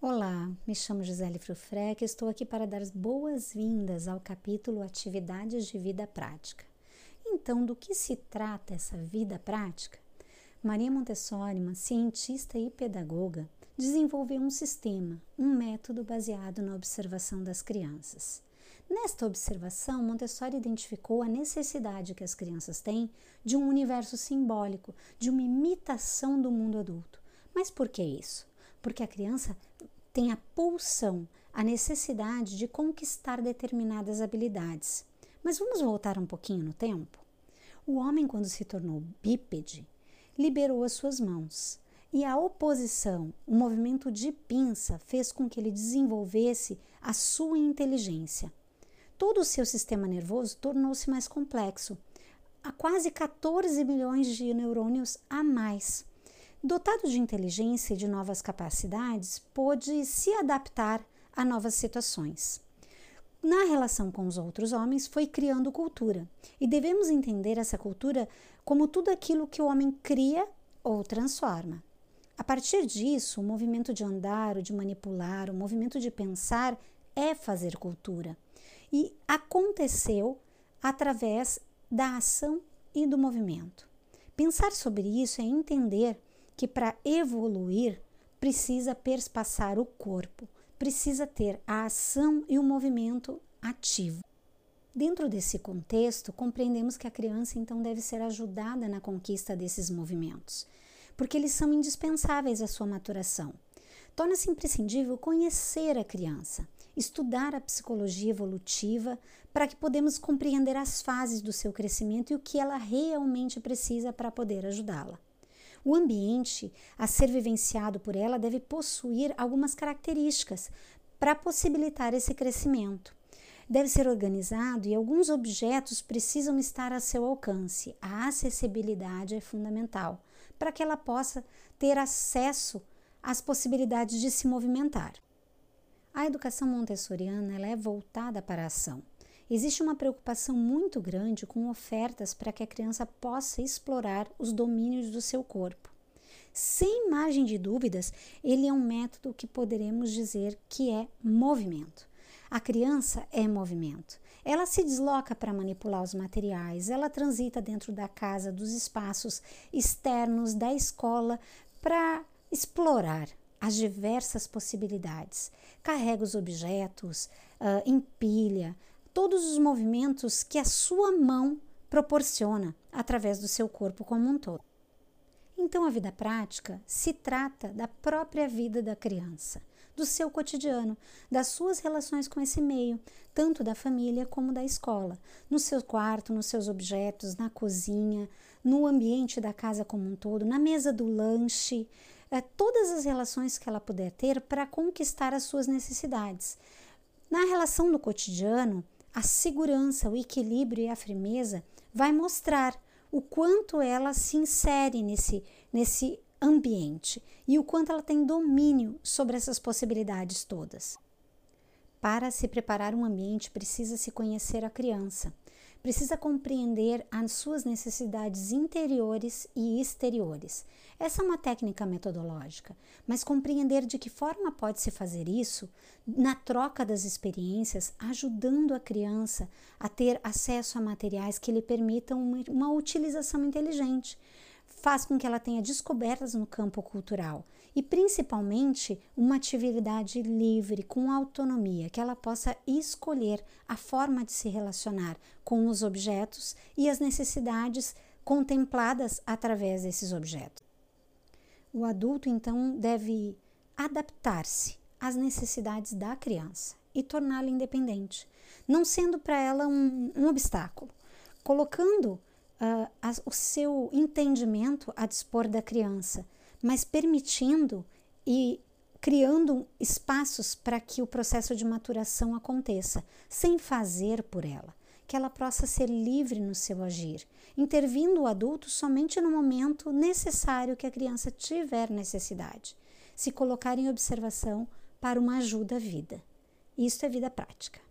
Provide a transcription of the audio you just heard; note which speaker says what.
Speaker 1: Olá, me chamo Gisele Frufrec e estou aqui para dar as boas-vindas ao capítulo Atividades de Vida Prática. Então, do que se trata essa vida prática? Maria Montessori, uma cientista e pedagoga, desenvolveu um sistema, um método baseado na observação das crianças. Nesta observação, Montessori identificou a necessidade que as crianças têm de um universo simbólico, de uma imitação do mundo adulto. Mas por que isso? Porque a criança tem a pulsão, a necessidade de conquistar determinadas habilidades. Mas vamos voltar um pouquinho no tempo? O homem, quando se tornou bípede, liberou as suas mãos. E a oposição, o movimento de pinça, fez com que ele desenvolvesse a sua inteligência. Todo o seu sistema nervoso tornou-se mais complexo. Há quase 14 milhões de neurônios a mais. Dotado de inteligência e de novas capacidades, pôde se adaptar a novas situações. Na relação com os outros homens, foi criando cultura. E devemos entender essa cultura como tudo aquilo que o homem cria ou transforma. A partir disso, o movimento de andar, o de manipular, o movimento de pensar é fazer cultura. E aconteceu através da ação e do movimento. Pensar sobre isso é entender que para evoluir precisa perspassar o corpo, precisa ter a ação e o movimento ativo. Dentro desse contexto, compreendemos que a criança então deve ser ajudada na conquista desses movimentos, porque eles são indispensáveis à sua maturação. Torna-se imprescindível conhecer a criança, estudar a psicologia evolutiva para que podemos compreender as fases do seu crescimento e o que ela realmente precisa para poder ajudá-la. O ambiente a ser vivenciado por ela deve possuir algumas características para possibilitar esse crescimento. Deve ser organizado e alguns objetos precisam estar a seu alcance. A acessibilidade é fundamental para que ela possa ter acesso às possibilidades de se movimentar. A educação montessoriana ela é voltada para a ação. Existe uma preocupação muito grande com ofertas para que a criança possa explorar os domínios do seu corpo. Sem margem de dúvidas, ele é um método que poderemos dizer que é movimento. A criança é movimento. Ela se desloca para manipular os materiais, ela transita dentro da casa, dos espaços externos, da escola, para explorar as diversas possibilidades. Carrega os objetos, empilha, todos os movimentos que a sua mão proporciona através do seu corpo como um todo. Então, a vida prática se trata da própria vida da criança, do seu cotidiano, das suas relações com esse meio, tanto da família como da escola, no seu quarto, nos seus objetos, na cozinha, no ambiente da casa como um todo, na mesa do lanche, todas as relações que ela puder ter para conquistar as suas necessidades. Na relação do cotidiano, a segurança, o equilíbrio e a firmeza vai mostrar o quanto ela se insere nesse ambiente e o quanto ela tem domínio sobre essas possibilidades todas. Para se preparar um ambiente, precisa se conhecer a criança, precisa compreender as suas necessidades interiores e exteriores. Essa é uma técnica metodológica, mas compreender de que forma pode-se fazer isso na troca das experiências, ajudando a criança a ter acesso a materiais que lhe permitam uma utilização inteligente, faz com que ela tenha descobertas no campo cultural e principalmente uma atividade livre, com autonomia, que ela possa escolher a forma de se relacionar com os objetos e as necessidades contempladas através desses objetos. O adulto, então, deve adaptar-se às necessidades da criança e torná-la independente, não sendo para ela um obstáculo, colocando o seu entendimento a dispor da criança, mas permitindo e criando espaços para que o processo de maturação aconteça, sem fazer por ela, que ela possa ser livre no seu agir, intervindo o adulto somente no momento necessário que a criança tiver necessidade, se colocar em observação para uma ajuda à vida. Isso é vida prática.